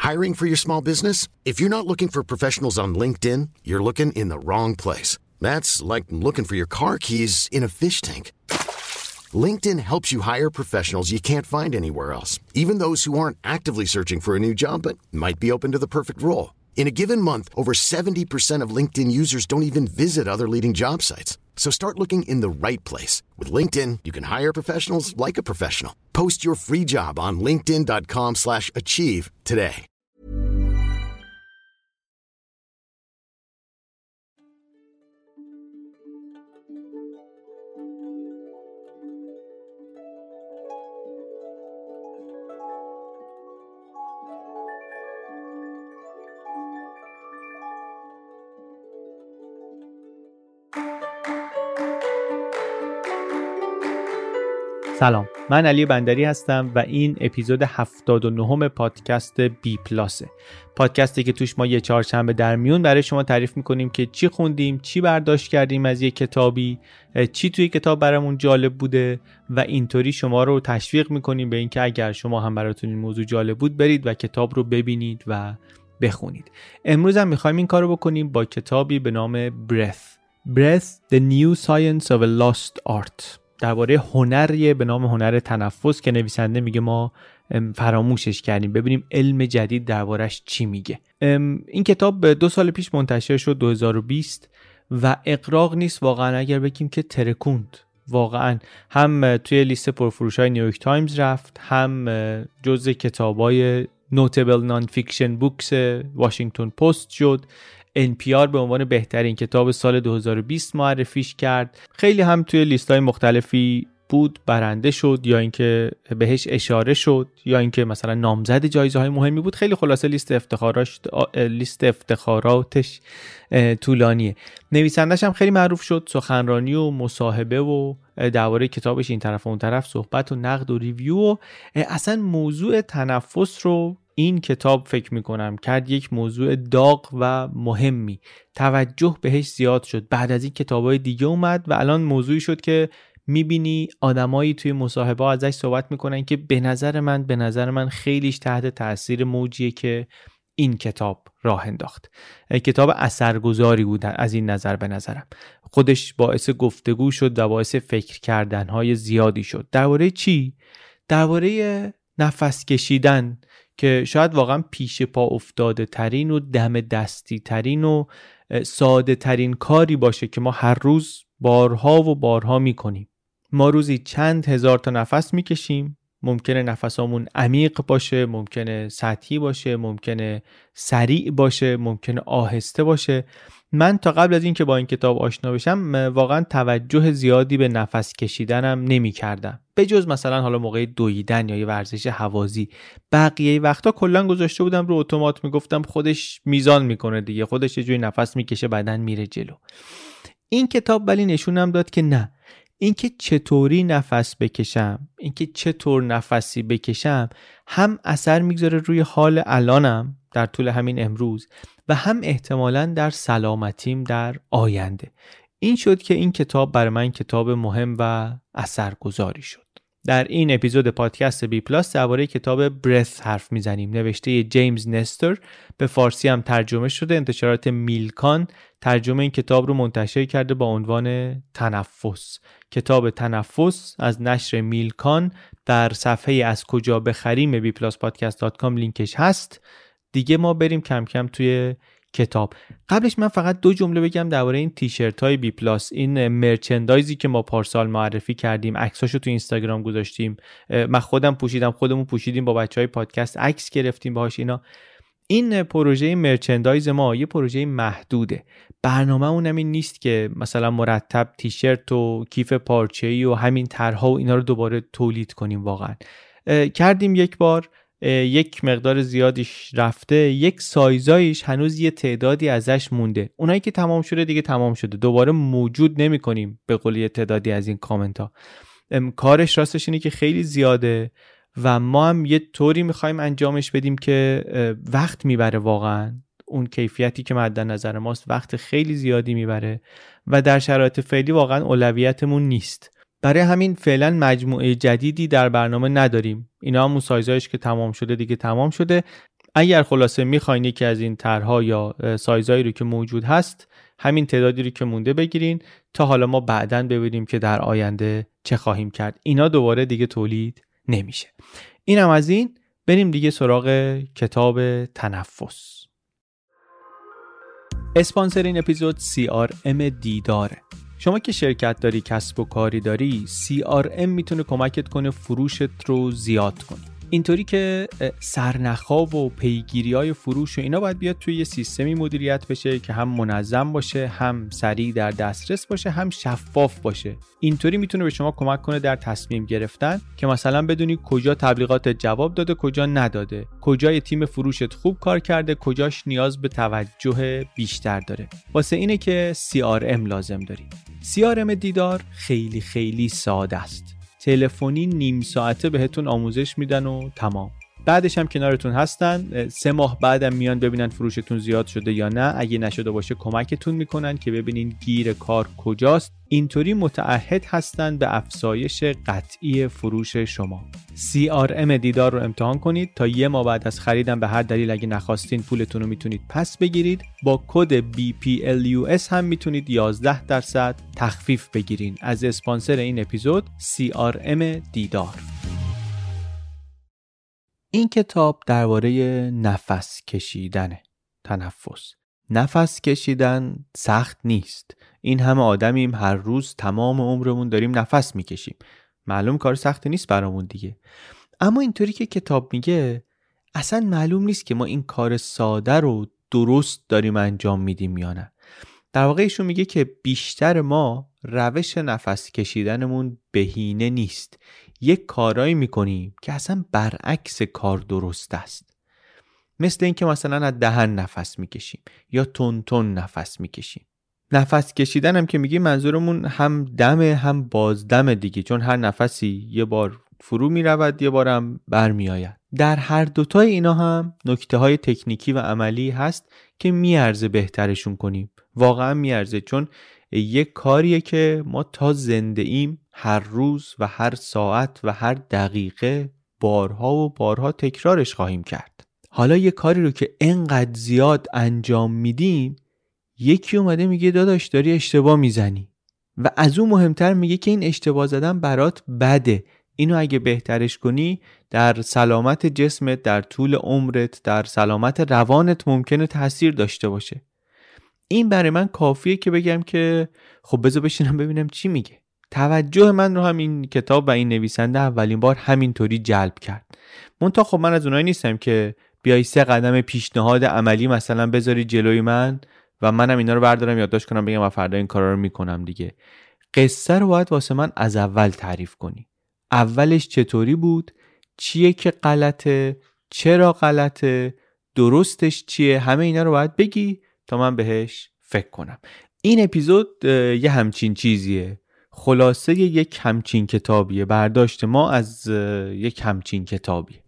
Hiring for your small business? If you're not looking for professionals on LinkedIn, you're looking in the wrong place. That's like looking for your car keys in a fish tank. LinkedIn helps you hire professionals you can't find anywhere else, even those who aren't actively searching for a new job but might be open to the perfect role. In a given month, over 70% of LinkedIn users don't even visit other leading job sites. So start looking in the right place. With LinkedIn, you can hire professionals like a professional. Post your free job on linkedin.com/achieve today. سلام، من علی بندری هستم و این اپیزود 79 پادکست بی پلاسه. پادکستی که توش ما یه چهارشنبه در میون برای شما تعریف میکنیم که چی خوندیم، چی برداشت کردیم از یه کتابی، چی توی کتاب برامون جالب بوده و اینطوری شما رو تشویق میکنیم به اینکه اگر شما هم براتون این موضوع جالب بود برید و کتاب رو ببینید و بخونید. امروز هم میخوایم این کارو بکنیم با کتابی به نام Breath The New Science of a Lost Art. درباره هنریه به نام هنر تنفس که نویسنده میگه ما فراموشش کردیم، ببینیم علم جدید دربارش چی میگه. این کتاب 2 سال پیش منتشر شد، 2020 و اغراق نیست واقعا اگر بگیم که ترکوند. واقعا هم توی لیست پرفروش‌های نیویورک تایمز رفت، هم جزء کتابای نوتبل نان فیکشن بوکس واشنگتن پست شد. NPR به عنوان بهترین کتاب سال 2020 معرفیش کرد. خیلی هم توی لیست‌های مختلفی بود، برنده شد یا اینکه بهش اشاره شد یا اینکه مثلا نامزد جایزه‌های مهمی بود. خیلی خلاصه لیست افتخاراتش طولانیه. نویسندش هم خیلی معروف شد، سخنرانی و مصاحبه و درباره کتابش این طرف و اون طرف صحبت و نقد و ریویو و اصلا موضوع تنفس رو این کتاب فکر میکنم کرد یک موضوع داغ و مهمی. توجه بهش زیاد شد. بعد از این کتابای دیگه اومد و الان موضوعی شد که میبینی آدمایی توی مصاحبه ازش صحبت میکنن که به نظر من خیلیش تحت تاثیر موجیه که این کتاب راه انداخت. کتاب اثرگذاری بود از این نظر. به نظرم خودش باعث گفتگو شد و باعث فکر کردنهای زیادی شد. درباره چی؟ درباره نفس کشیدن که شاید واقعا پیش پا افتاده ترین و دم دستی ترین و ساده ترین کاری باشه که ما هر روز بارها و بارها میکنیم. ما روزی چند هزار تا نفس میکشیم. ممکنه نفسامون عمیق باشه، ممکنه سطحی باشه، ممکنه سریع باشه، ممکنه آهسته باشه. من تا قبل از این که با این کتاب آشنا بشم واقعا توجه زیادی به نفس کشیدنم نمی کردم، به جز مثلا حالا موقع دویدن یا یه ورزش هوازی. بقیه وقتا کلا گذاشته بودم رو اتومات، میگفتم خودش میزان میکنه دیگه، خودش یه جوری نفس میکشه بعدن میره جلو. این کتاب ولی نشونم داد که نه، اینکه چطوری نفس بکشم، اینکه چطور نفسی بکشم هم اثر میگذاره روی حال الانم در طول همین امروز و هم احتمالاً در سلامتیم در آینده. این شد که این کتاب برای من کتاب مهم و اثرگذاری شد. در این اپیزود پادکست بی پلاس درباره کتاب برث حرف میزنیم، نوشته جیمز نستر، به فارسی هم ترجمه شده. انتشارات میلکان ترجمه این کتاب رو منتشر کرده با عنوان تنفس. کتاب تنفس از نشر میلکان در صفحه از کجا بخریم bpluspodcast.com لینکش هست. دیگه ما بریم کم کم توی کتاب. قبلش من فقط 2 جمله بگم درباره این تیشرت های بی پلاس، این مرچندایزی که ما پارسال معرفی کردیم، عکساشو تو اینستاگرام گذاشتیم، من خودم پوشیدم، خودمون پوشیدیم، با بچهای پادکست عکس گرفتیم باهاش. این پروژه مرچندایز ما یه پروژه محدوده. برنامه اونم این نیست که مثلا مرتب تیشرت و کیف پارچه‌ای و همین طرح‌ها و اینا رو دوباره تولید کنیم. واقعا کردیم یک بار، یک مقدار زیادیش رفته، یک سایزایش هنوز یه تعدادی ازش مونده. اونایی که تمام شده دیگه تمام شده، دوباره موجود نمی کنیم به قول یه تعدادی از این کامنت ها. کارش راستش اینه که خیلی زیاده و ما هم یه طوری میخوایم انجامش بدیم که وقت میبره. واقعا اون کیفیتی که مد نظر ماست وقت خیلی زیادی میبره و در شرایط فعلی واقعا اولویتمون نیست. برای همین فعلا مجموعه جدیدی در برنامه نداریم. اینا همون سایزایش که تمام شده دیگه تمام شده. اگر خلاصه میخواین یکی از این طرح‌ها یا سایزایی رو که موجود هست همین تعدادی رو که مونده بگیرین تا حالا ما بعداً ببینیم که در آینده چه خواهیم کرد. اینا دوباره دیگه تولید نمیشه. اینم از این. بریم دیگه سراغ کتاب تنفس. اسپانسر این اپیزود CRM دیداره. شما که شرکت داری، کسب و کاری داری، CRM میتونه کمکت کنه فروشت رو زیاد کنی. اینطوری که سرنخ‌ها و پیگیری‌های فروش و اینا باید بیاد توی یه سیستمی مدیریت بشه که هم منظم باشه، هم سریع در دسترس باشه، هم شفاف باشه. اینطوری میتونه به شما کمک کنه در تصمیم گرفتن که مثلا بدونی کجا تبلیغات جواب داده، کجا نداده، کجای تیم فروشت خوب کار کرده، کجاش نیاز به توجه بیشتر داره. واسه اینه که CRM لازم داری. CRM دیدار خیلی خیلی ساده است. تلفنی نیم ساعته بهتون آموزش میدن و تمام. بعدش هم کنارتون هستن. 3 ماه بعدم میان ببینن فروشتون زیاد شده یا نه. اگه نشده باشه کمکتون میکنن که ببینین گیر کار کجاست. اینطوری متعهد هستن به افزایش قطعی فروش شما. CRM دیدار رو امتحان کنید تا 1 ماه بعد از خریدن به هر دلیل اگه نخواستین پولتون رو میتونید پس بگیرید. با کد BPLUS هم میتونید 11% تخفیف بگیرین. از اسپانسر این اپیزود CRM دیدار. این کتاب درباره نفس کشیدنه. تنفس. نفس کشیدن سخت نیست. این همه آدمیم، هر روز تمام عمرمون داریم نفس میکشیم. معلوم کار سختی نیست برامون دیگه. اما اینطوری که کتاب میگه اصلا معلوم نیست که ما این کار ساده رو درست داریم انجام میدیم یا نه. در واقع ایشون میگه که بیشتر ما روش نفس کشیدنمون بهینه نیست. یک کارایی میکنیم که اصلا برعکس کار درست است. مثل این که مثلا از دهن نفس میکشیم یا تون تون نفس میکشیم. نفس کشیدن هم که میگیم منظورمون هم دمه هم بازدم دیگه، چون هر نفسی یه بار فرو میرود یه بارم برمیآید. در هر دوتای اینا هم نکته های تکنیکی و عملی هست که میارزه بهترشون کنیم. واقعا میارزه، چون یک کاریه که ما تا زنده ایم هر روز و هر ساعت و هر دقیقه بارها و بارها تکرارش خواهیم کرد. حالا یک کاری رو که انقدر زیاد انجام میدیم، یکی اومده میگه داداش داری اشتباه میزنی، و از اون مهمتر میگه که این اشتباه زدن برات بده. اینو اگه بهترش کنی در سلامت جسمت، در طول عمرت، در سلامت روانت ممکنه تأثیر داشته باشه. این برای من کافیه که بگم که خب بذار بشینم ببینم چی میگه. توجه من رو هم این کتاب و این نویسنده اولین بار همینطوری جلب کرد. منتها خب من از اونایی نیستم که بیای 3 قدم پیشنهاد عملی مثلا بذاری جلوی من و منم اینا رو بردارم یادداشت کنم بگم فردا این کارا رو میکنم دیگه. قصه رو باید واسه من از اول تعریف کنی. اولش چطوری بود؟ چیه که غلطه؟ چرا غلطه؟ درستش چیه؟ همه اینا رو باید بگی تا من بهش فکر کنم. این اپیزود یه همچین چیزیه. خلاصه یک همچین کتابیه. برداشت ما از یک همچین کتابیه.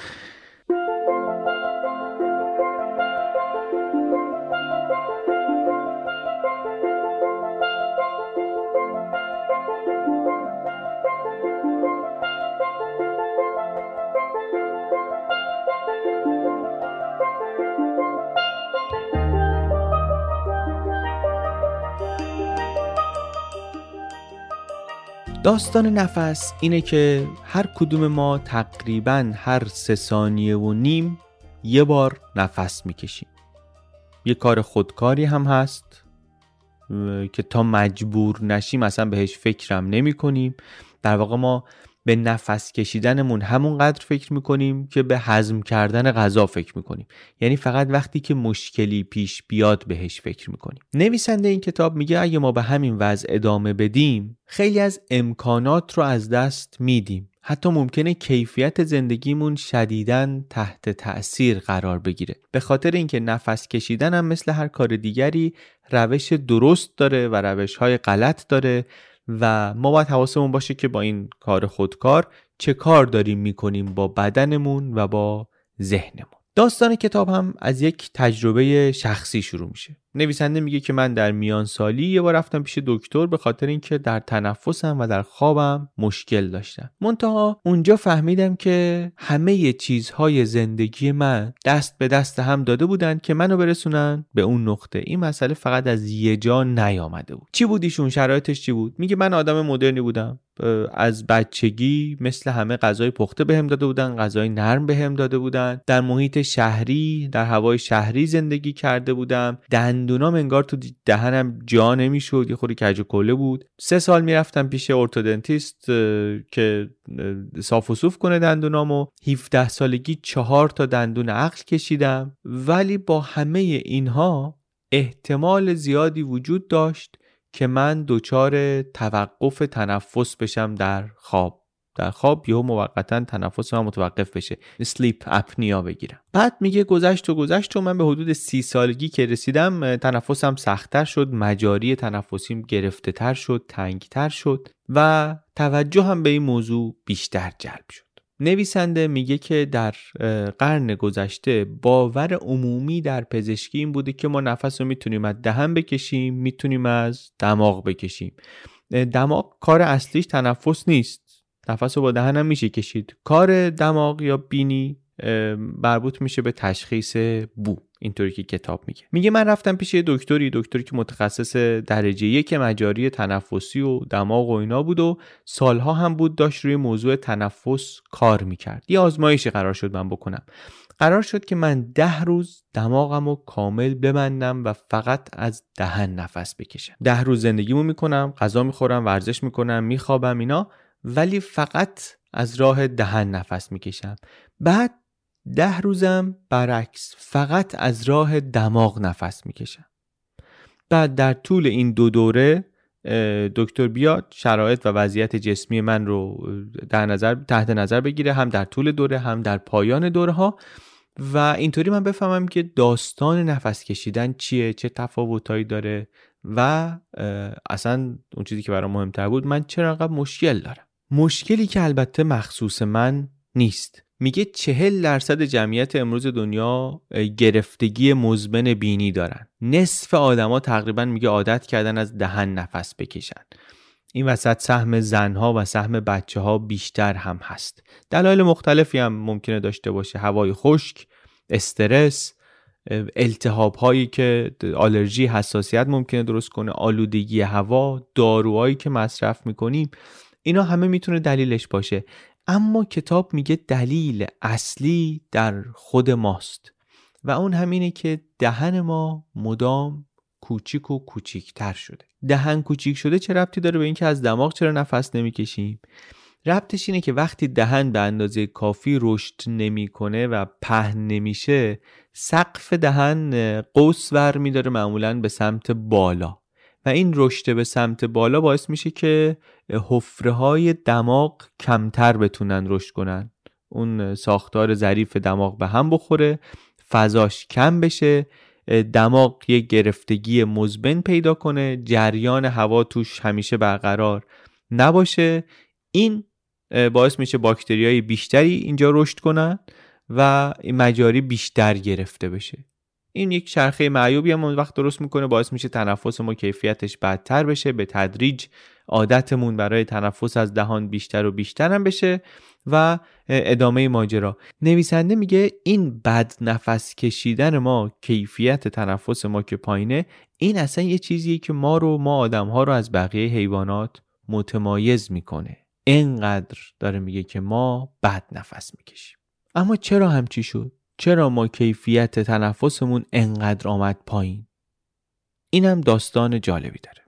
داستان نفس اینه که هر کدوم ما تقریباً هر 3.5 ثانیه یه بار نفس میکشیم. یه کار خودکاری هم هست که تا مجبور نشیم اصلا بهش فکرم نمی کنیم. در واقع ما به نفس کشیدنمون همونقدر فکر میکنیم که به هضم کردن غذا فکر میکنیم. یعنی فقط وقتی که مشکلی پیش بیاد بهش فکر میکنیم. نویسنده این کتاب میگه اگه ما به همین وضع ادامه بدیم خیلی از امکانات رو از دست میدیم. حتی ممکنه کیفیت زندگیمون شدیداً تحت تأثیر قرار بگیره. به خاطر اینکه نفس کشیدن هم مثل هر کار دیگری روش درست داره و روش‌های غلط داره و ما باید حواسمون باشه که با این کار خودکار چه کار داریم میکنیم با بدنمون و با ذهنمون. داستان کتاب هم از یک تجربه شخصی شروع میشه. نویسنده میگه که من در میان سالی یه بار رفتم پیش دکتر به خاطر اینکه در تنفسم و در خوابم مشکل داشتم. منتها اونجا فهمیدم که همه چیزهای زندگی من دست به دست هم داده بودن که منو برسونن به اون نقطه. این مسئله فقط از یه جا نیامده بود. چی بود ایشون؟ شرایطش چی بود؟ میگه من آدم مدرنی بودم. از بچگی مثل همه غذای پخته بهم داده بودن، غذای نرم بهم داده بودن. در محیط شهری، در هوای شهری زندگی کرده بودم. دندونام انگار تو دهنم جا نمیشد، یه خوری کج و کوله بود. 3 سال میرفتم پیش ارتودنتیست که صاف و صوف کنه دندونامو. 17 سالگی 4 تا دندون عقل کشیدم. ولی با همه اینها احتمال زیادی وجود داشت که من دچار توقف تنفس بشم در خواب. در خواب یهو موقتا تنفس من متوقف بشه، اسلیپ اپنیا بگیرم. بعد میگه گذشت و من به حدود 30 سالگی که رسیدم تنفسم سخت‌تر شد، مجاری تنفسیم گرفته تر شد، تنگتر شد و توجهم به این موضوع بیشتر جلب شد. نویسنده میگه که در قرن گذشته باور عمومی در پزشکی این بوده که ما نفس رو میتونیم از دهن بکشیم، میتونیم از دماغ بکشیم. دماغ کار اصلیش تنفس نیست. نفس رو با دهن هم میشه کشید. کار دماغ یا بینی مربوط میشه به تشخیص بو، اینطوری که کتاب میگه من رفتم پیش دکتری که متخصص درجه 1 مجاری تنفسی و دماغ و اینا بود و سالها هم بود داشت روی موضوع تنفس کار میکرد. یه آزمایشی قرار شد من بکنم. قرار شد که من 10 روز دماغمو کامل ببندم و فقط از دهن نفس بکشم. 10 روز زندگیمو میکنم، غذا میخورم، ورزش میکنم، میخوابم اینا، ولی فقط از راه دهن نفس میکشم. بعد 10 روزم برعکس فقط از راه دماغ نفس میکشم. بعد در طول این 2 دوره دکتر بیاد شرایط و وضعیت جسمی من رو تحت نظر بگیره، هم در طول دوره هم در پایان دوره ها، و اینطوری من بفهمم که داستان نفس کشیدن چیه، چه تفاوتایی داره و اصلا اون چیزی که برام مهمتر بود، من چرا انقدر مشکل دارم. مشکلی که البته مخصوص من نیست. میگه 40% جمعیت امروز دنیا گرفتگی مزمن بینی دارن. نصف آدما تقریبا میگه عادت کردن از دهن نفس بکشن. این وسط سهم زنها و سهم بچه‌ها بیشتر هم هست. دلایل مختلفی هم ممکنه داشته باشه. هوای خشک، استرس، التهاب‌هایی که آلرژی، حساسیت ممکنه درست کنه، آلودگی هوا، داروهایی که مصرف میکنیم، اینا همه میتونه دلیلش باشه. اما کتاب میگه دلیل اصلی در خود ماست و اون همینه که دهن ما مدام کوچیک و کوچیکتر شده. دهن کوچیک شده چه ربطی داره به این که از دماغ چرا نفس نمیکشیم؟ ربطش اینه که وقتی دهن به اندازه کافی رشد نمیکنه و پهن نمیشه، سقف دهن قوس ور میداره معمولاً به سمت بالا و این رشد به سمت بالا باعث میشه که حفره‌های دماغ کمتر بتونن رشد کنن. اون ساختار ظریف دماغ به هم بخوره، فضاش کم بشه، دماغ یک گرفتگی مزمن پیدا کنه، جریان هوا توش همیشه برقرار نباشه. این باعث میشه باکتریای بیشتری اینجا رشد کنن و این مجاری بیشتر گرفته بشه. این یک چرخه معیوبی هم وقت درست میکنه، باعث میشه تنفس ما کیفیتش بدتر بشه، به تدریج عادتمون برای تنفس از دهان بیشتر و بیشتر هم بشه و ادامه ماجرا. نویسنده میگه این بد نفس کشیدن ما، کیفیت تنفس ما که پایینه، این اصلا یه چیزیه که ما آدم‌ها رو از بقیه حیوانات متمایز میکنه. اینقدر داره میگه که ما بد نفس میکشیم. اما چرا همچی شد؟ چرا ما کیفیت تنفسمون انقدر آمد پایین؟ اینم داستان جالبی داره.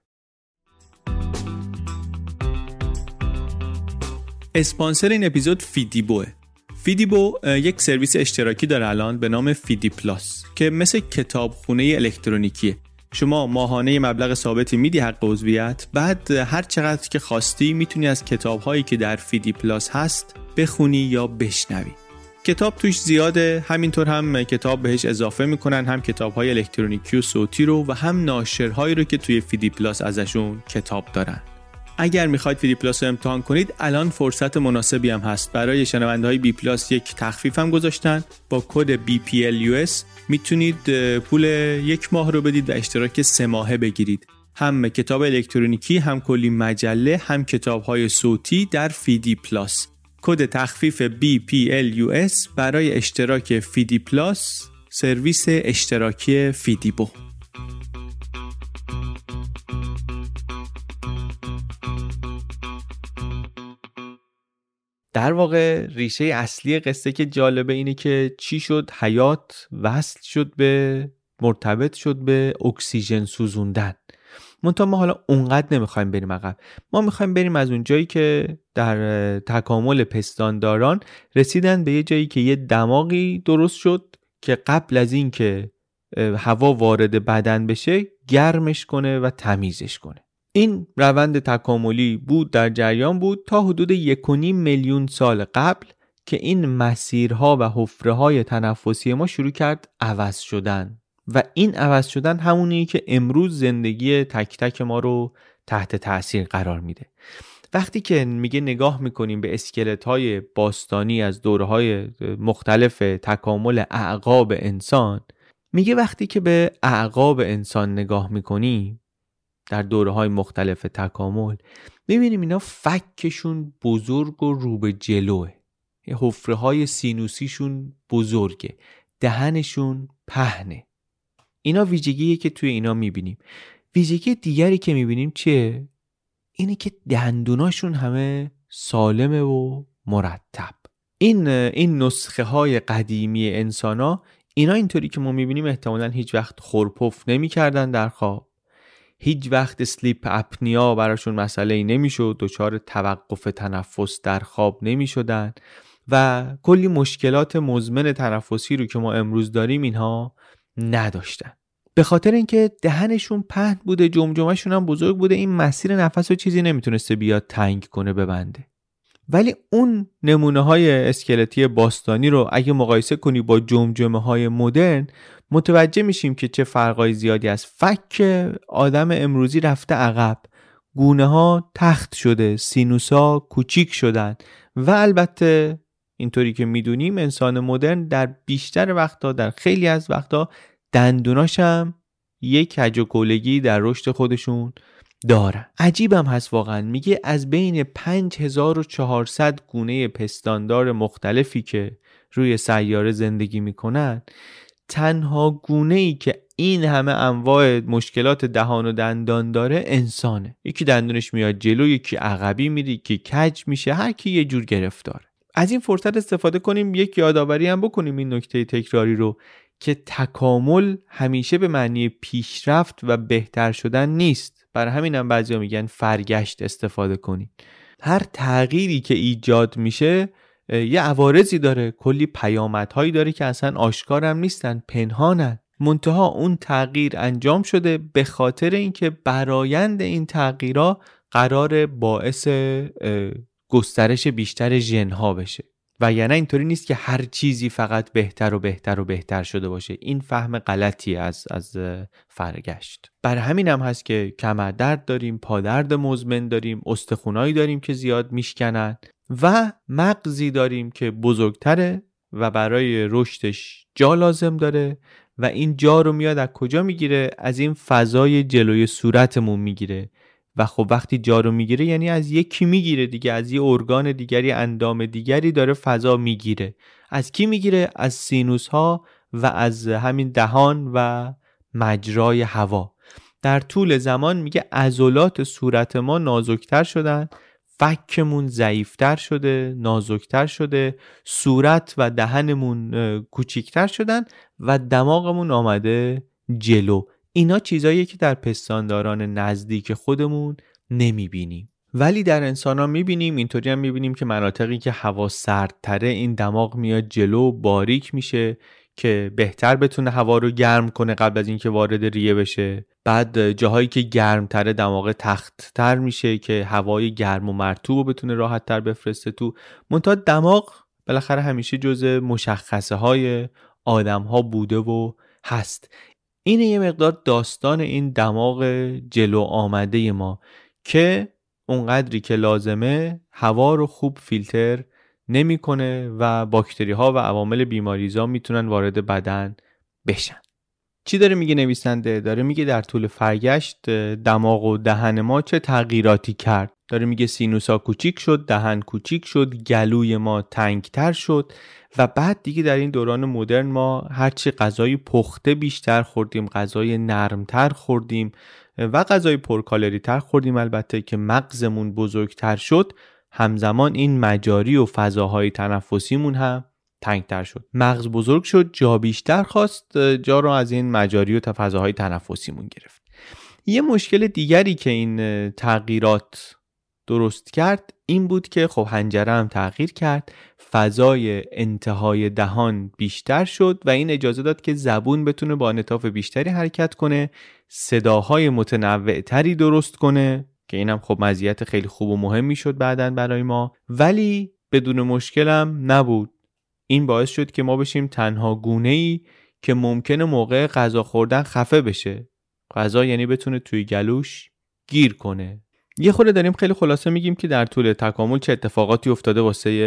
اسپانسر این اپیزود فیدیبوه. فیدیبو یک سرویس اشتراکی داره الان به نام فیدی پلاس که مثل کتابخونه الکترونیکیه. شما ماهانه مبلغ ثابتی میدی حق عضویت، بعد هر چقدر که خواستی میتونی از کتاب‌هایی که در فیدی پلاس هست بخونی یا بشنوی. کتاب توش زیاده، همینطور هم کتاب بهش اضافه میکنن، هم کتاب‌های الکترونیکی و صوتی رو و هم ناشرهایی رو که توی فیدی پلاس ازشون کتاب دارن. اگر میخواید فیدی پلاس رو امتحان کنید، الان فرصت مناسبی هم هست. برای شنونده‌های بی پلاس یک تخفیف هم گذاشتن. با کد BPLUS میتونید پول 1 ماه رو بدید و اشتراک 3 ماهه بگیرید. هم کتاب الکترونیکی، هم کلی مجله، هم کتاب‌های صوتی در فیدی پلاس. کد تخفیف BPLUS برای اشتراک فیدی پلاس، سرویس اشتراکی فیدیبو. در واقع ریشه اصلی قصه که جالبه اینه که چی شد حیات وصل شد به مرتبط شد به اکسیژن سوزوندن. منتها ما حالا اونقدر نمیخوایم بریم عقب، ما میخوایم بریم از اون جایی که در تکامل پستانداران رسیدن به یه جایی که یه دماغی درست شد که قبل از این که هوا وارد بدن بشه گرمش کنه و تمیزش کنه. این روند تکاملی بود، در جریان بود تا حدود 1.5 میلیون سال قبل که این مسیرها و حفره‌های تنفسی ما شروع کرد عوض شدن و این عوض شدن همونیه که امروز زندگی تک تک ما رو تحت تأثیر قرار میده. وقتی که میگه نگاه میکنیم به اسکلت‌های باستانی از دوره‌های مختلف تکامل اعقاب انسان، میگه وقتی که به اعقاب انسان نگاه میکنیم در دوره‌های مختلف تکامل، میبینیم اینا فکشون بزرگ و رو به جلوه، حفره‌های سینوسیشون بزرگه، دهنشون پهنه. اینا ویژگیه که توی اینا میبینیم. ویژگی دیگری که میبینیم چیه؟ اینه که دندوناشون همه سالمه و مرتب. این نسخه های قدیمی انسانا، اینا اینطوری که ما میبینیم احتمالاً هیچ وقت خورپف نمی کردن در خواب، هیچ وقت اسلیپ اپنیا براشون مسئله ای نمیشد، دچار توقف تنفس در خواب نمیشدن و کلی مشکلات مزمن تنفسی رو که ما امروز داریم اینها نداشتن. به خاطر اینکه دهنشون پهن بوده، جمجمه‌شون هم بزرگ بوده، این مسیر نفس رو چیزی نمیتونسته بیاد تنگ کنه ببنده. ولی اون نمونه‌های اسکلتی باستانی رو اگه مقایسه کنی با جمجمه‌های مدرن، متوجه میشیم که چه فرقای زیادی از فک آدم امروزی رفته عقب. گونه‌ها تخت شده، سینوس‌ها کوچیک شدن و البته اینطوری که میدونیم انسان مدرن در بیشتر وقتا، در خیلی از وقتا، دندوناش هم یک کج و کولگی در رشد خودشون دارن. عجیبم هست واقعا. میگه از بین 5400 گونه پستاندار مختلفی که روی سیاره زندگی میکنن، تنها گونه‌ای که این همه انواع مشکلات دهان و دندان داره انسانه. یکی دندونش میاد جلو، یکی عقبی میره، یکی کج میشه، هر کی یه جور گرفتاره. از این فرصت استفاده کنیم یک یادآوری هم بکنیم این نکته تکراری رو که تکامل همیشه به معنی پیشرفت و بهتر شدن نیست. برای همینم بعضیا میگن فرگشت استفاده کنید. هر تغییری که ایجاد میشه یه عوارضی داره، کلی پیامدهایی داره که اصلا آشکار هم نیستن، پنهانن. منتها اون تغییر انجام شده به خاطر اینکه برآیند این تغییرها قرار باعث گسترش بیشتر ژن‌ها بشه. و یعنی اینطوری نیست که هر چیزی فقط بهتر و بهتر و بهتر شده باشه. این فهم غلطی از فرگشت. برای همین هم هست که کمردرد داریم، پادرد مزمن داریم، استخونایی داریم که زیاد میشکنن و مغزی داریم که بزرگتره و برای رشدش جا لازم داره و این جا رو میاد از کجا میگیره؟ از این فضای جلوی صورتمون میگیره. و خب وقتی جا رو میگیره یعنی از یکی میگیره دیگه، از یه ارگان دیگری، اندام دیگری داره فضا میگیره. از کی میگیره؟ از سینوس ها و از همین دهان و مجرای هوا. در طول زمان میگه عضلات صورت ما نازکتر شدن، فکمون ضعیفتر شده، نازکتر شده، صورت و دهنمون کوچیکتر شدن و دماغمون آمده جلو. اینا چیزاییه که در پستانداران نزدیک خودمون نمیبینیم، ولی در انسان‌ها میبینیم. اینطوری هم میبینیم که مناطقی که هوا سردتره این دماغ میاد جلو، باریک میشه که بهتر بتونه هوا رو گرم کنه قبل از اینکه وارد ریه بشه. بعد جاهایی که گرمتره دماغ تخت‌تر میشه که هوای گرم و مرطوب رو بتونه راحت‌تر بفرسته تو. منتها دماغ بالاخره همیشه جزء مشخصه های آدم‌ها بوده و هست. اینه یه مقدار داستان این دماغ جلو آمده ما که اونقدری که لازمه هوا رو خوب فیلتر نمی‌کنه و باکتری ها و عوامل بیماریزا میتونن وارد بدن بشن. چی داره میگه نویسنده؟ داره میگه در طول فرگشت دماغ و دهن ما چه تغییراتی کرد. داره میگه سینوسا کوچیک شد، دهن کوچیک شد، گلوی ما تنگتر شد و بعد دیگه در این دوران مدرن ما هرچی غذای پخته بیشتر خوردیم، غذای نرمتر خوردیم و غذای پرکالری تر خوردیم، البته که مغزمون بزرگتر شد، همزمان این مجاری و فضاهای تنفسیمون هم تنگتر شد. مغز بزرگ شد، جا بیشتر خواست، جا رو از این مجاری و فضاهای تنفسیمون گرفت. یه مشکل دیگری که این تغییرات درست کرد این بود که خب حنجره هم تغییر کرد، فضای انتهای دهان بیشتر شد و این اجازه داد که زبون بتونه با انعطاف بیشتری حرکت کنه، صداهای متنوع تری درست کنه که اینم خب مزیت خیلی خوب و مهمی شد بعداً برای ما، ولی بدون مشکل هم نبود. این باعث شد که ما بشیم تنها گونه‌ای که ممکنه موقع غذا خوردن خفه بشه. غذا یعنی بتونه توی گلوش گیر کنه. یه خورده داریم خیلی خلاصه میگیم که در طول تکامل چه اتفاقاتی افتاده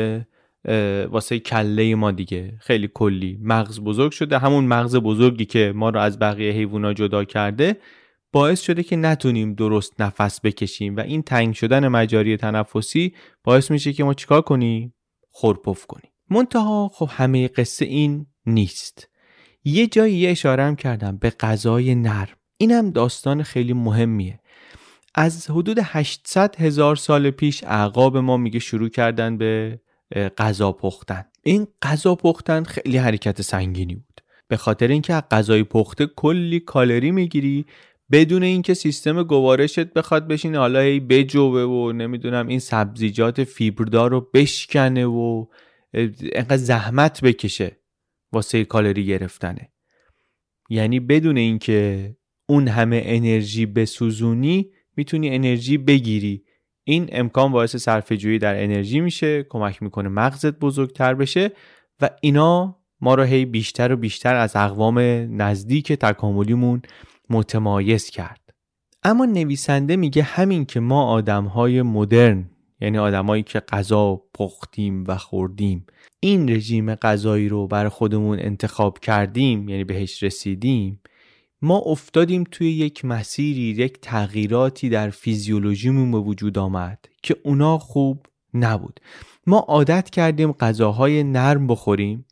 واسه کله ما دیگه. خیلی کلی مغز بزرگ شده، همون مغز بزرگی که ما رو از بقیه حیوونا جدا کرده باعث شده که نتونیم درست نفس بکشیم و این تنگ شدن مجاری تنفسی باعث میشه که ما چیکار کنیم؟ خورپف کنیم. منتها خب همه قصه این نیست. یه جایی اشاره هم کردم به غذای نرم. اینم داستان خیلی مهمیه. از حدود 800,000 سال پیش اعقاب ما میگه شروع کردن به غذا پختن. این غذا پختن خیلی حرکت سنگینی بود، به خاطر اینکه از غذای پخته کلی کالری میگیری بدون اینکه سیستم گوارشت بخواد بشینه حالا هی بجوه و نمیدونم این سبزیجات فیبردار رو بشکنه و اینقدر زحمت بکشه واسه کالری گرفتنه. یعنی بدون اینکه اون همه انرژی بسوزونی میتونی انرژی بگیری. این امکان باعث صرفه‌جویی در انرژی میشه، کمک میکنه مغزت بزرگتر بشه و اینا ما رو هی بیشتر و بیشتر از اقوام نزدیک تکاملیمون متمایز کرد. اما نویسنده میگه همین که ما آدم‌های مدرن، یعنی آدمایی که غذا پختیم و خوردیم، این رژیم غذایی رو برای خودمون انتخاب کردیم، یعنی بهش رسیدیم، ما افتادیم توی یک مسیری، یک تغییراتی در فیزیولوژیمون به وجود آمد که اونا خوب نبود. ما عادت کردیم غذاهای نرم بخوریم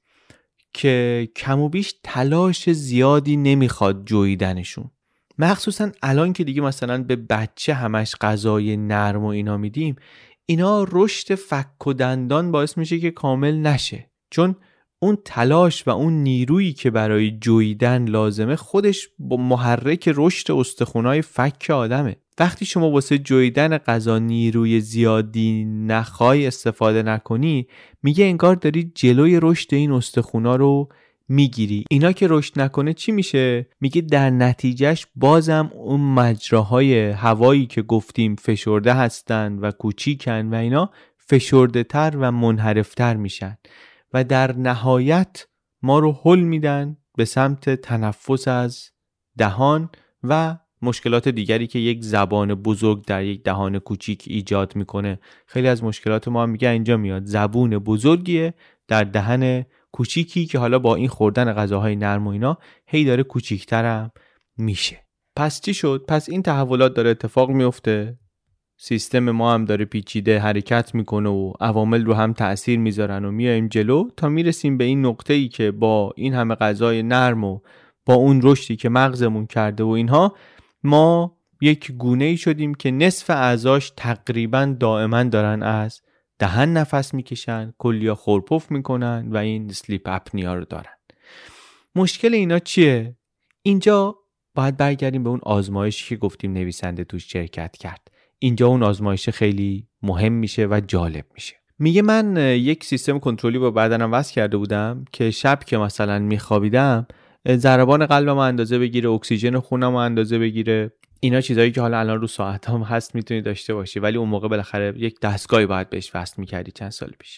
که کم و بیش تلاش زیادی نمیخواد جویدنشون. مخصوصا الان که دیگه مثلا به بچه همش غذای نرم و اینا میدیم، اینا رشد فک و دندان باعث میشه که کامل نشه، چون اون تلاش و اون نیرویی که برای جویدن لازمه خودش با محرک رشد استخونای فک آدمه. وقتی شما واسه جویدن غذا نیروی زیادی نخوای، استفاده نکنی، میگه انگار داری جلوی رشد این استخونا رو میگیری. اینا که رشد نکنه چی میشه؟ میگه در نتیجهش بازم اون مجراهای هوایی که گفتیم فشرده هستن و کوچیکن و اینا فشرده تر و منحرف تر میشن و در نهایت ما رو هل میدن به سمت تنفس از دهان و مشکلات دیگری که یک زبان بزرگ در یک دهان کوچیک ایجاد میکنه. خیلی از مشکلات ما هم میگه اینجا میاد، زبون بزرگیه در دهن کوچیکی که حالا با این خوردن غذاهای نرم و اینا هی داره کوچیک‌ترم میشه. پس چی شد؟ پس این تحولات داره اتفاق میفته، سیستم ما هم داره پیچیده حرکت میکنه و عوامل رو هم تأثیر میذارن و میایم جلو تا میرسیم به این نقطه‌ای که با این همه غذای نرم و با اون رشدی که مغزمون کرده و اینها، ما یک گونه‌ای شدیم که نصف اعضاش تقریباً دائما دارن از دهن نفس میکشن، کلیا خورپف میکنن و این اسلیپ اپنیا رو دارن. مشکل اینا چیه؟ اینجا باید برگردیم به اون آزمایشی که گفتیم نویسنده توش شرکت کرد. اینجا اون آزمایش خیلی مهم میشه و جالب میشه. میگه من یک سیستم کنترلی با بدنم وصل کرده بودم که شب که مثلا میخوابیدم ضربان قلبم اندازه بگیره، اکسیژن خونم اندازه بگیره. اینا چیزایی که حالا الان رو ساعتام هست میتونی داشته باشی، ولی اون موقع بالاخره یک دستگاهی باید بهش وصل میکردی چند سال پیش.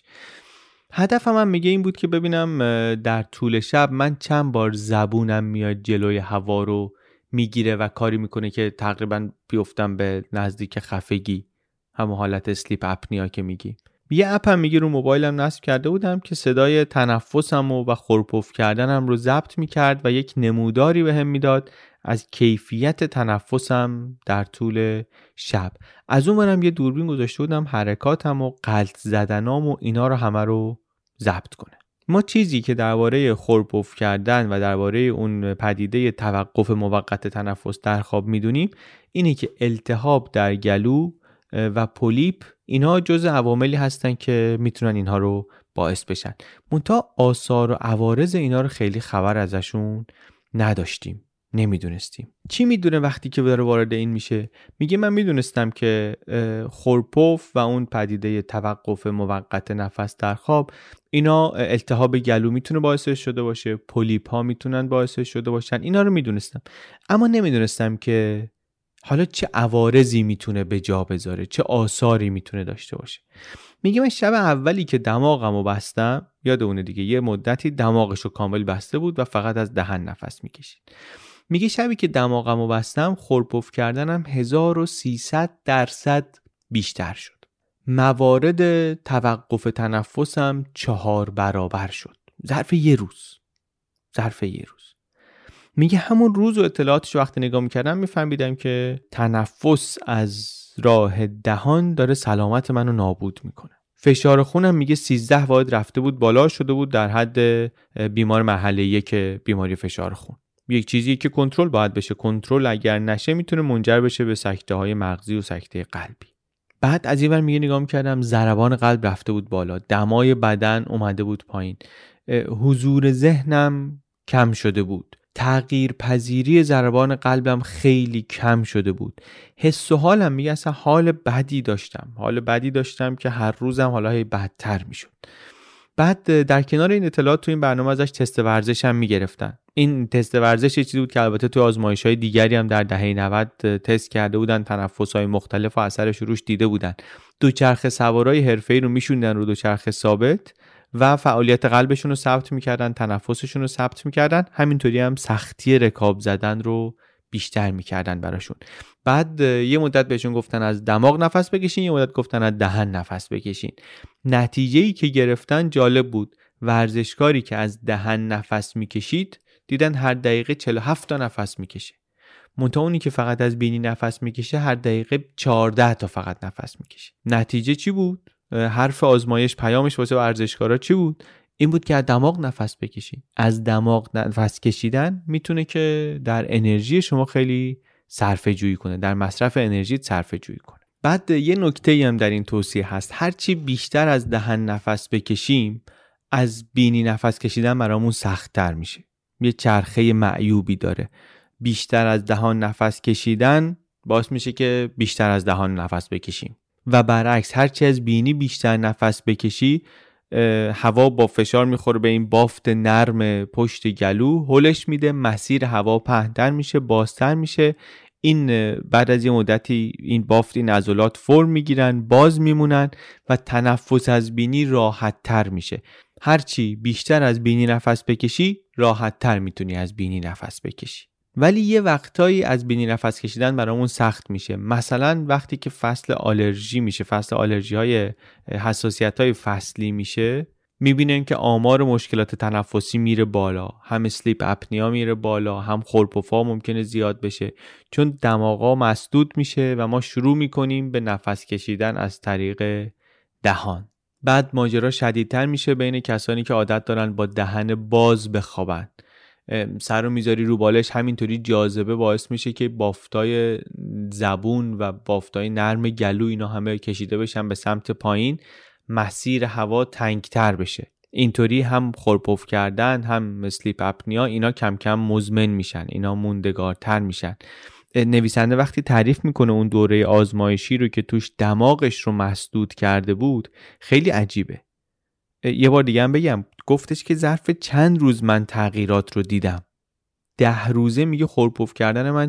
هدفم هم میگه این بود که ببینم در طول شب من چند بار زبونم میاد جلوی هوا رو میگیره و کاری میکنه که تقریبا بیفتم به نزدیک خفگی، همون حالت اسلیپ اپنیا که میگی. یه اپم میگه رو موبایلم نصب کرده بودم که صدای تنفسم و خورپف کردنم رو ضبط میکرد و یک نموداری بهم میداد از کیفیت تنفسم در طول شب. از اون برم یه دوربین گذاشته بودم حرکاتم و غلط زدنام و اینا رو همه رو ضبط کنه. ما چیزی که درباره خورپف کردن و درباره اون پدیده توقف موقت تنفس در خواب میدونیم اینه که التهاب در گلو و پولیپ اینا جزء عواملی هستن که میتونن اینها رو باعث بشن. منتها آثار و عوارض اینا رو خیلی خبر ازشون نداشتیم، نمیدونستیم. چی میدونه وقتی که داره وارد این میشه؟ میگه من میدونستم که خورپف و اون پدیده توقف موقت نفس در خواب اینا التهاب گلو میتونه باعث شده باشه، پولیپ ها میتونن باعث شده باشن، اینا رو میدونستم. اما نمیدونستم که حالا چه عوارضی میتونه به جا بذاره، چه آثاری میتونه داشته باشه. میگه من شب اولی که دماغمو بستم، یادونه دیگه یه مدتی دماغشو کامل بسته بود و فقط از دهن نفس میکشید. میگه شبی که دماغمو بستم خورپف کردنم 1300% بیشتر شد. موارد توقف تنفسم 4 برابر شد. ظرف یه روز. میگه همون روز و اطلاعاتش وقتی نگاه میکردم میفهمیدم که تنفس از راه دهان داره سلامت منو نابود میکنه. فشار خونم میگه 13 واحد رفته بود بالا شده بود در حد بیمار مرحله 1 بیماری فشار خون. یک چیزی که کنترل باید بشه. کنترل اگر نشه میتونه منجر بشه به سکته های مغزی و سکته قلبی. بعد از اینور میگه نگاه میکردم ضربان قلب رفته بود بالا، دمای بدن اومده بود پایین، حضور ذهنم کم شده بود، تغییر پذیری ضربان قلبم خیلی کم شده بود. حس و حالم میگه اصلا حال بدی داشتم که هر روزم حالا بدتر میشد. بعد در کنار این اطلاعات تو این برنامه ازش تست ورزش هم میگرفتن. این تست ورزش یه چیزی بود که البته تو آزمایش‌های دیگری هم در دهه 90 تست کرده بودن، تنفس‌های مختلف و اثرش روش دیده بودن. دوچرخه سوارای حرفه‌ای رو میشوندن رو دوچرخه ثابت و فعالیت قلبشون رو ثبت میکردن، تنفسشون رو ثبت میکردن، همینطوری هم سختی رکاب زدن رو بیشتر میکردن براشون. بعد یه مدت بهشون گفتن از دماغ نفس بکشین، یه مدت گفتن از دهن نفس بکشین. نتیجه‌ای که گرفتن جالب بود. ورزشکاری که از دهن نفس میکشید دیدن هر دقیقه 47 تا نفس میکشه. منتها اونی که فقط از بینی نفس میکشه هر دقیقه 14 تا فقط نفس میکشه. نتیجه چی بود؟ حرف آزمایش پیامش واسه ورزشکارا چی بود؟ این بود که از دماغ نفس بکشید. از دماغ نفس کشیدن میتونه که در انرژی شما خیلی صرفه جویی کنه، در مصرف انرژی صرفه جویی کنه. بعد یه نکته‌ای هم در این توصیه هست. هرچی بیشتر از دهن نفس بکشیم، از بینی نفس کشیدن برامون سخت‌تر میشه. یه چرخه معیوبی داره. بیشتر از دهان نفس کشیدن باعث میشه که بیشتر از دهان نفس بکشیم و برعکس هرچی از بینی بیشتر نفس بکشی، هوا با فشار میخوره به این بافت نرم پشت گلو، هلش میده، مسیر هوا پهن‌تر میشه، بازتر میشه. این بعد از یه مدتی این بافت، این عضلات فرم میگیرن، باز میمونن و تنفس از بینی راحت تر میشه. هرچی بیشتر از بینی نفس بکشی راحت تر میتونی از بینی نفس بکشی. ولی یه وقتایی از بینی نفس کشیدن برامون سخت میشه. مثلا وقتی که فصل آلرژی میشه، فصل آلرژی های حساسیت های فصلی میشه، میبینن که آمار مشکلات تنفسی میره بالا، هم اسلیپ اپنیا میره بالا، هم خورپفا ممکنه زیاد بشه، چون دماغا مسدود میشه و ما شروع میکنیم به نفس کشیدن از طریق دهان. بعد ماجرا شدیدتر میشه بین کسانی که عادت دارن با دهن باز بخوابن. سر رو میذاری رو بالش، همینطوری جاذبه باعث میشه که بافتای زبون و بافتای نرم گلو اینا همه کشیده بشن به سمت پایین، مسیر هوا تنگتر بشه. اینطوری هم خورپف کردن هم اسلیپ اپنیا اینا کم کم مزمن میشن، اینا موندگارتر میشن. نویسنده وقتی تعریف میکنه اون دوره آزمایشی رو که توش دماغش رو مسدود کرده بود، خیلی عجیبه. یه بار دیگه هم بگم، گفتش که ظرف چند روز من تغییرات رو دیدم. 10 روزه میگه خورپف کردن من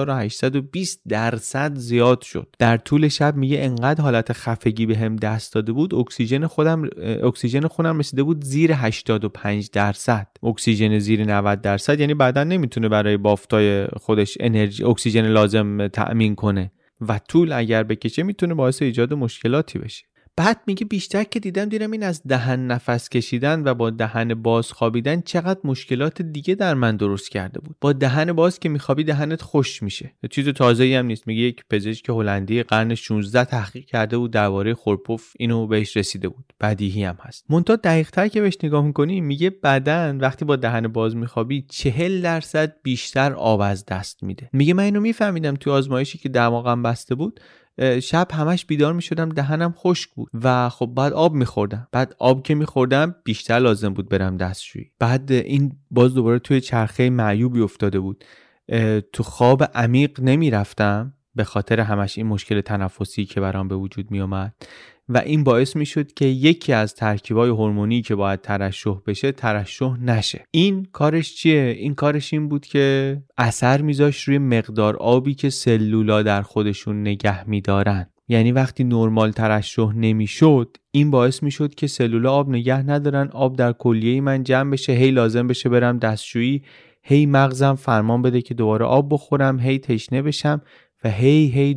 4820% زیاد شد. در طول شب میگه انقدر حالت خفگی بهم دست داده بود، اکسیژن خونم رسیده بود زیر 85%. اکسیژن زیر 90% یعنی بدن نمیتونه برای بافتای خودش اکسیژن لازم تأمین کنه و طول اگر بکشه میتونه باعث ایجاد مشکلاتی بشه. بعد میگه بیشتر که دیدم این از دهن نفس کشیدن و با دهن باز خوابیدن چقدر مشکلات دیگه در من درست کرده بود. با دهن باز که میخوابی دهنت خشک میشه. چیز تازه‌ای هم نیست. میگه یک پزشک هلندی قرن 16 تحقیق کرده بود درباره خورپف، اینو بهش رسیده بود. بدیهی هم هست. منتها دقیق‌تر که بهش نگاه می‌کنی میگه بدن وقتی با دهن باز میخوابی 40% بیشتر آب از دست میده. میگه من اینو میفهمیدم تو آزمایشی که دماغم بسته بود، شب همش بیدار میشدم دهنم خشک بود و خب بعد آب میخوردم. بعد آب که میخوردم بیشتر لازم بود برم دستشویی. بعد این باز دوباره توی چرخه معیوبی افتاده بود. تو خواب عمیق نمیرفتم به خاطر همش این مشکل تنفسی که برام به وجود می اومد و این باعث می شد که یکی از ترکیبای هورمونی که باید ترشح بشه ترشح نشه. این کارش چیه؟ این کارش این بود که اثر میذاشت روی مقدار آبی که سلولا در خودشون نگه میدارن. یعنی وقتی نرمال ترشح نمیشد این باعث میشد که سلولا آب نگه ندارن، آب در کلیه من جمع بشه، هی لازم بشه برم دستشویی، هی مغزم فرمان بده که دوباره آب بخورم، هی تشنه بشم و هی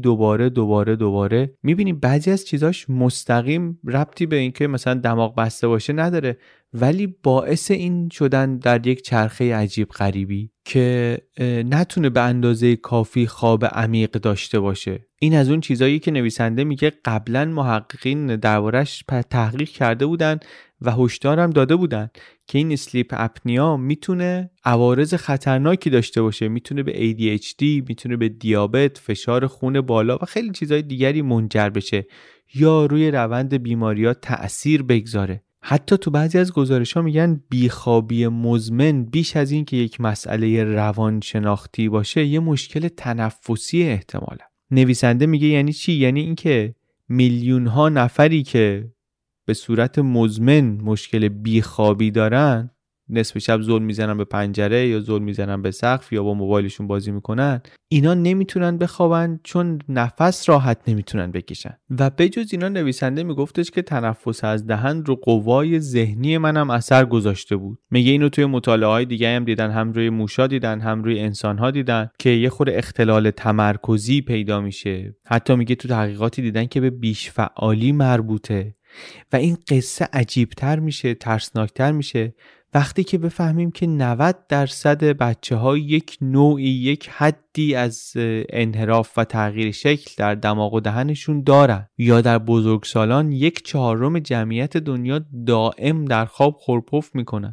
دوباره. میبینیم بعضی از چیزاش مستقیم ربطی به اینکه مثلا دماغ بسته باشه نداره، ولی باعث این شدن در یک چرخه عجیب غریبی که نتونه به اندازه کافی خواب عمیق داشته باشه. این از اون چیزایی که نویسنده میگه قبلا محققین دربارش تحقیق کرده بودن و هشدارم داده بودن که این اسلیپ اپنیا میتونه عوارض خطرناکی داشته باشه، میتونه به ADHD، میتونه به دیابت، فشار خون بالا و خیلی چیزای دیگری منجر بشه یا روی روند بیماری‌ها تأثیر بگذاره. حتی تو بعضی از گزارش‌ها میگن بیخوابی مزمن بیش از این که یک مسئله روانشناختی باشه یه مشکل تنفسی احتمالاً. نویسنده میگه یعنی چی؟ یعنی اینکه میلیون‌ها نفری که به صورت مزمن مشکل بیخوابی دارن، نصف شب زل میزنن به پنجره یا زل میزنن به سقف یا با موبایلشون بازی میکنن، اینا نمیتونن بخوابن چون نفس راحت نمیتونن بکشن. و بجز اینا نویسنده میگفتش که تنفس از دهن رو قوای ذهنی منم اثر گذاشته بود. میگه اینو توی مطالعه‌های دیگه هم دیدن، هم روی موشا دیدن هم روی انسان‌ها دیدن که یه خورده اختلال تمرکزی پیدا میشه. حتی میگه تو تحقیقاتی دیدن که به بیش فعالی مربوطه. و این قصه عجیبتر میشه، ترسناکتر میشه وقتی که بفهمیم که 90% بچه‌ها یک نوعی، یک حدی از انحراف و تغییر شکل در دماغ و دهنشون دارن، یا در بزرگسالان 1/4 جمعیت دنیا دائم در خواب خورپف میکنن.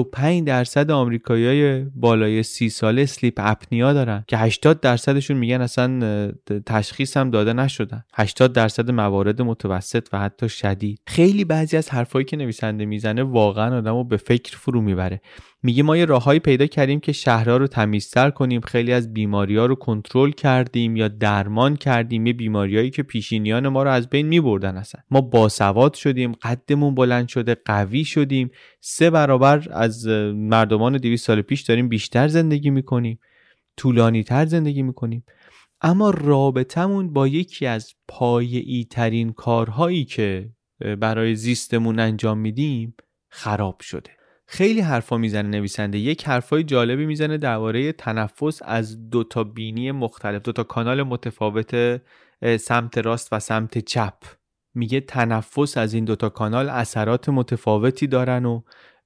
25% آمریکایی‌های بالای 30 ساله اسلیپ اپنیا دارن که 80%شون میگن اصلا تشخیص هم داده نشدن. 80% موارد متوسط و حتی شدید. خیلی بعضی از حرفایی که نویسنده میزنه واقعا آدمو به فکر فرو میبره. میگه ما یه راههایی پیدا کردیم که شهرها رو تمیزتر کنیم، خیلی از بیماری‌ها رو کنترل کردیم یا درمان کردیم، یه بیماریایی که پیشینیان ما رو از بین میبردن. اصلا ما باسواد شدیم، قدمون بلند شده، قوی شدیم، 3 برابر از مردمان 200 سال پیش داریم بیشتر زندگی میکنیم، طولانی‌تر زندگی میکنیم. اما رابطمون با یکی از پایه‌ای ترین کارهایی که برای زیستمون انجام میدیم خراب شده. خیلی حرفا میزنه نویسنده. یک حرفای جالبی میزنه درباره تنفس از 2 تا بینی مختلف، 2 تا کانال متفاوت، سمت راست و سمت چپ. میگه تنفس از این 2 تا کانال اثرات متفاوتی دارن و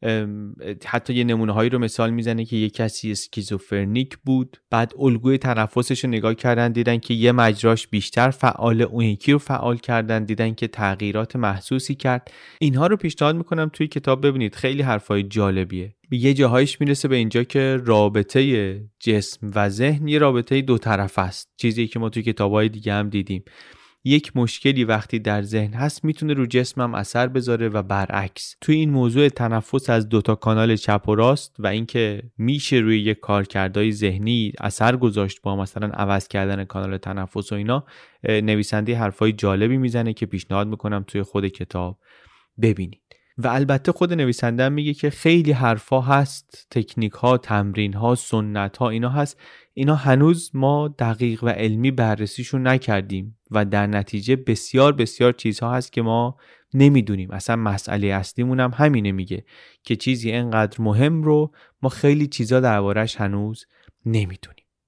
حتی یه نمونه هایی رو مثال میزنه که یه کسی اسکیزوفرنیک بود، بعد الگوی تنفسش رو نگاه کردن دیدن که یه مجراش بیشتر فعال، اون یکی رو فعال کردن دیدن که تغییرات محسوسی کرد. اینها رو پیشنهاد میکنم توی کتاب ببینید، خیلی حرفای جالبیه. یه جاهایش میرسه به اینجا که رابطه جسم و ذهن یه رابطه 2 طرفه است، چیزی که ما توی کتابای دیگه هم دیدیم. یک مشکلی وقتی در ذهن هست میتونه رو جسمم اثر بذاره و برعکس. توی این موضوع تنفس از 2 تا کانال چپ و راست و اینکه میشه روی یک کارکردهای ذهنی اثر گذاشت با مثلا عوض کردن کانال تنفس و اینا، نویسنده حرفای جالبی میزنه که پیشنهاد میکنم توی خود کتاب ببینید. و البته خود نویسنده هم میگه که خیلی حرفا هست، تکنیک ها، تمرین ها، سنت ها، اینا هست، اینا هنوز ما دقیق و علمی بررسیشون نکردیم و در نتیجه بسیار بسیار چیزها هست که ما نمیدونیم. اصلا مسئله اصلیمون هم همینه، میگه که چیزی اینقدر مهم رو ما خیلی چیزا دربارش هنوز نمیدونیم.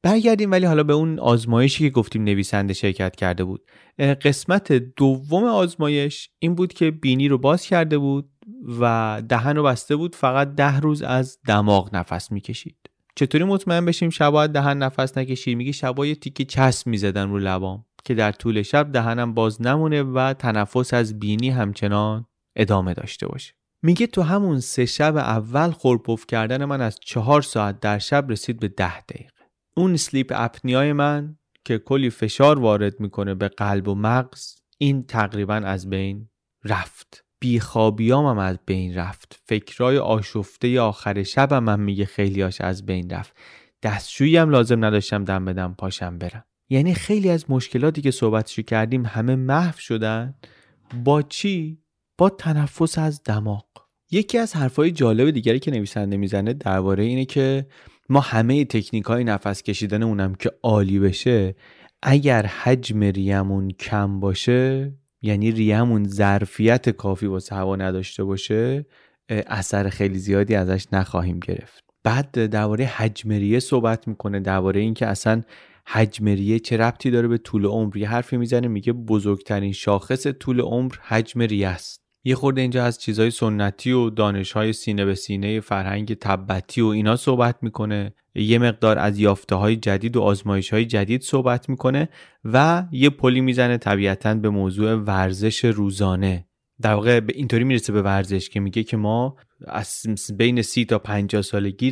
برگردیم ولی حالا به اون آزمایشی که گفتیم نویسنده شرکت کرده بود. قسمت دوم آزمایش این بود که بینی رو باز کرده بود و دهن رو بسته بود، فقط 10 روز از دماغ نفس میکشید. چطوری مطمئن بشیم شبا دهن نفس نکشید؟ میگه شبا یه تیکه چسب میزدن رو لبام که در طول شب دهنم باز نمونه و تنفس از بینی همچنان ادامه داشته باشه. میگه تو همون 3 شب اول خورپف کردن من از 4 ساعت در شب رسید به 10 دقیقه. اون اسلیپ اپنیای من که کلی فشار وارد میکنه به قلب و مغز، این تقریبا از بین رفت. بیخوابیام هم از بین رفت. فکرای آشفته آخر شبم هم میگه خیلیاش از بین رفت. دستشویی هم لازم نداشتم دم بدم پاشم برم. یعنی خیلی از مشکلاتی که صحبتشو کردیم همه محو شدن. با چی؟ با تنفس از دماغ. یکی از حرفای جالب دیگری که نویسنده میزنه درباره اینه که ما همه تکنیک‌های نفس کشیدن اونم که عالی بشه، اگر حجم ریمون کم باشه، یعنی ریمون ظرفیت کافی واسه هوا نداشته باشه، اثر خیلی زیادی ازش نخواهیم گرفت. بعد درباره حجم ریه صحبت میکنه، درباره این که اصلا حجم ریه چه ربطی داره به طول عمر. یه حرفی میزنه میگه بزرگترین شاخص طول عمر حجم ریه است. یه خورده اینجا از چیزای سنتی و دانش‌های سینه به سینه فرهنگ تبتی و اینا صحبت میکنه، یه مقدار از یافته‌های جدید و آزمایش‌های جدید صحبت میکنه و یه پلی میزنه طبیعتاً به موضوع ورزش روزانه. در واقع به اینطوری میرسه به ورزش که میگه که ما از بین 30 تا 50 سالگی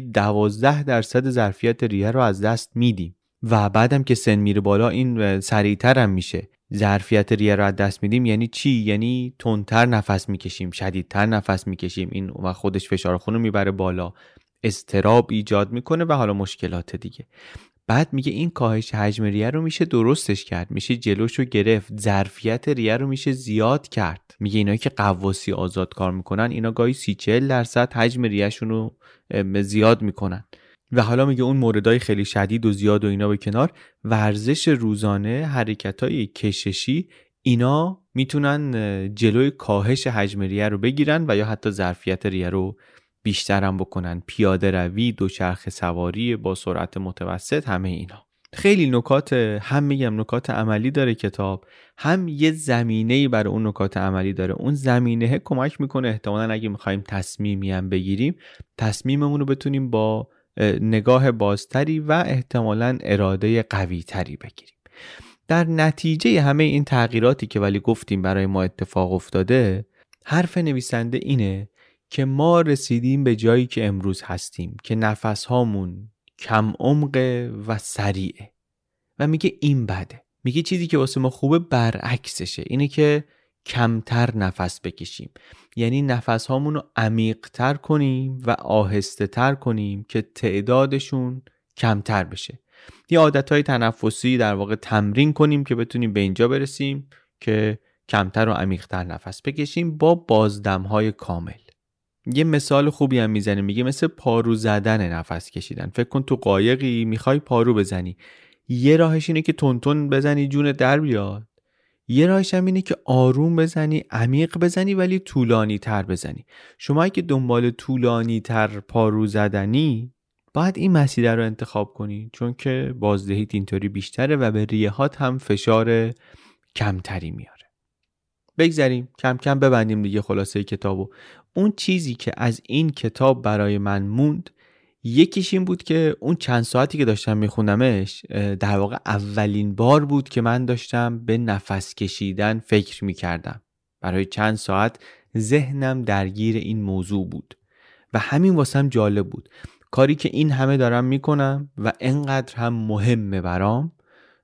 12% ظرفیت ریه رو از دست میدیم و بعدم که سن میره بالا این سریعتر هم میشه. ظرفیت ریه رو از دست میدیم یعنی چی؟ یعنی تندتر نفس میکشیم، شدیدتر نفس میکشیم، این و خودش فشار خون رو میبره بالا، اضطراب ایجاد میکنه و حالا مشکلات دیگه. بعد میگه این کاهش حجم ریه رو میشه درستش کرد، میشه جلوش رو گرفت، ظرفیت ریه رو میشه زیاد کرد. میگه اینایی که قواسی آزاد کار میکنن اینا گاهی 30-40% حجم ریهشون رو زیاد میکنن. و حالا میگه اون موردای خیلی شدید و زیاد و اینا به کنار، ورزش روزانه، حرکتای کششی، اینا میتونن جلوی کاهش حجم ریه رو بگیرن و یا حتی ظرفیت ریه رو بیشتر هم بکنن. پیاده روی، دوچرخه سواری با سرعت متوسط، همه اینا. خیلی نکات، هم میگم نکات عملی داره کتاب، هم یه زمینه‌ای برای اون نکات عملی داره. اون زمینه کمک میکنه احتمالاً اگه میخوایم تصمیمی هم بگیریم، تصمیممون رو بتونیم با نگاه بازتری و احتمالاً اراده قوی تری بگیریم. در نتیجه همه این تغییراتی که ولی گفتیم برای ما اتفاق افتاده، حرف نویسنده اینه که ما رسیدیم به جایی که امروز هستیم که نفس هامون کم عمقه و سریعه و میگه این بده. میگه چیزی که واسه ما خوبه برعکسشه، اینه که کمتر نفس بکشیم، یعنی نفس هامون رو عمیق تر کنیم و آهسته تر کنیم که تعدادشون کمتر بشه. یه عادتهای تنفسی در واقع تمرین کنیم که بتونیم به اینجا برسیم که کمتر و عمیق تر نفس بکشیم با بازدمهای کامل. یه مثال خوبی هم میزنه، میگه مثل پارو زدن نفس کشیدن. فکر کن تو قایقی میخوای پارو بزنی، یه راهش اینه که تون بزنی جون در بیاد، یه راهش هم اینه که آروم بزنی، عمیق بزنی ولی طولانی تر بزنی. شما اگه دنبال طولانی تر پارو زدنی، باید این مسیر رو انتخاب کنی، چون که بازدهیت اینطوری بیشتره و به ریه‌هات هم فشار کمتری میاره. بگذاریم کم کم ببندیم دیگه خلاصه کتابو. اون چیزی که از این کتاب برای من موند، یکیش این بود که اون چند ساعتی که داشتم میخوندمش در واقع اولین بار بود که من داشتم به نفس کشیدن فکر میکردم. برای چند ساعت ذهنم درگیر این موضوع بود و همین واسم جالب بود. کاری که این همه دارم میکنم و انقدر هم مهمه برام،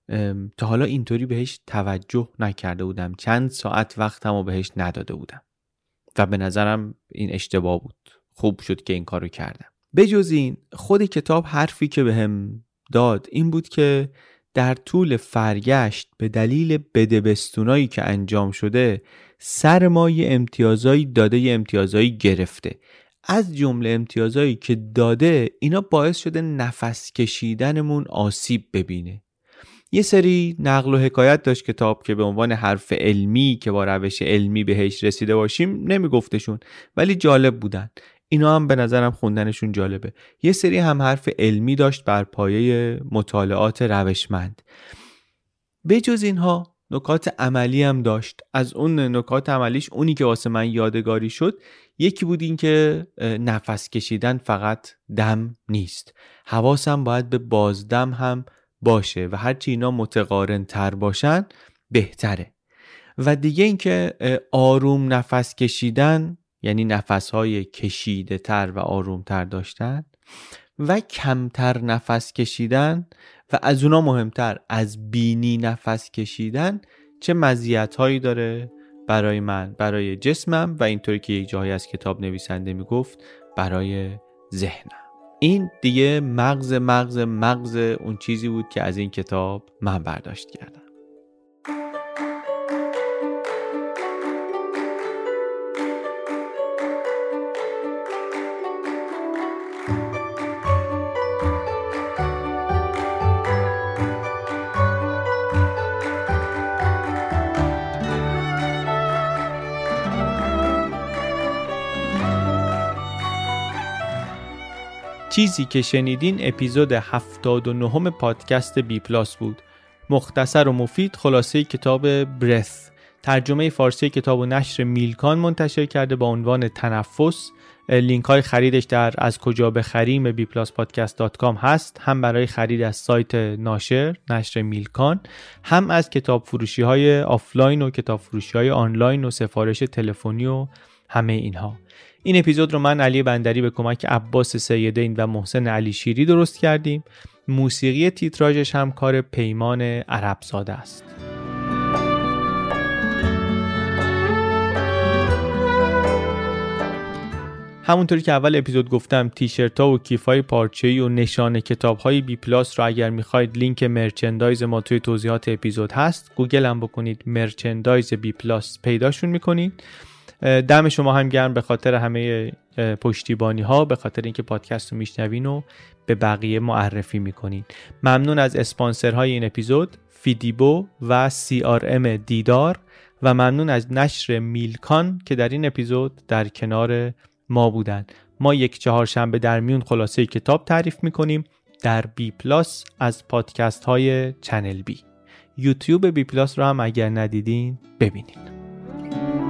تا حالا اینطوری بهش توجه نکرده بودم، چند ساعت وقتمو بهش نداده بودم و به نظرم این اشتباه بود. خوب شد که این کارو کردم. بجز این، خود کتاب حرفی که بهم داد این بود که در طول فرگشت به دلیل بدبستونایی که انجام شده، سر ما یه امتیازایی داده، یه امتیازایی گرفته. از جمله امتیازایی که داده، اینا باعث شده نفس کشیدنمون آسیب ببینه. یه سری نقل و حکایت داشت کتاب که به عنوان حرف علمی که با روش علمی بهش رسیده باشیم نمیگفتشون، ولی جالب بودن. اینا هم به نظرم خوندنشون جالبه. یه سری هم حرف علمی داشت بر پایه مطالعات روشمند. به جز اینها نکات عملی هم داشت. از اون نکات عملیش اونی که واسه من یادگاری شد یکی بود این که نفس کشیدن فقط دم نیست، حواسم باید به بازدم هم باشه و هرچی اینا متقارن تر باشن بهتره. و دیگه این که آروم نفس کشیدن یعنی نفسهای کشیده تر و آروم تر داشتن و کمتر نفس کشیدن و از اونا مهمتر از بینی نفس کشیدن چه مزیت‌هایی داره برای من، برای جسمم و اینطوری که یک جایی از کتاب نویسنده میگفت برای ذهنم. این دیگه مغز اون چیزی بود که از این کتاب من برداشت کردم. چیزی که شنیدین اپیزود 79 پادکست بی پلاس بود. مختصر و مفید خلاصه کتاب برث. ترجمه فارسی کتاب و نشر میلکان منتشر کرده با عنوان تنفس. لینک های خریدش در از کجا بخریم bpluspodcast.com هست، هم برای خرید از سایت نشر میلکان، هم از کتاب فروشی های آفلاین و کتاب فروشی های آنلاین و سفارش تلفنی و همه اینها. این اپیزود رو من علی بندری به کمک عباس سیدین و محسن علی شیری درست کردیم. موسیقی تیتراژش هم کار پیمان عربزاده است. همونطوری که اول اپیزود گفتم تیشرت‌ها و کیف‌های پارچه‌ای و نشان کتاب‌های بی پلاس رو اگر می‌خواید لینک مرچندایز ما توی توضیحات اپیزود هست. گوگل هم بکنید مرچندایز بی پلاس پیداشون می‌کنید. دم شما هم گرم به خاطر همه پشتیبانی ها، به خاطر اینکه پادکست رو میشنوین و به بقیه معرفی میکنین. ممنون از اسپانسرهای این اپیزود، فیدیبو و CRM دیدار، و ممنون از نشر میلکان که در این اپیزود در کنار ما بودن. ما یک چهارشنبه در میون خلاصه کتاب تعریف میکنیم در بی پلاس از پادکست های چنل بی. یوتیوب بی پلاس رو هم اگر ندیدین ببینید.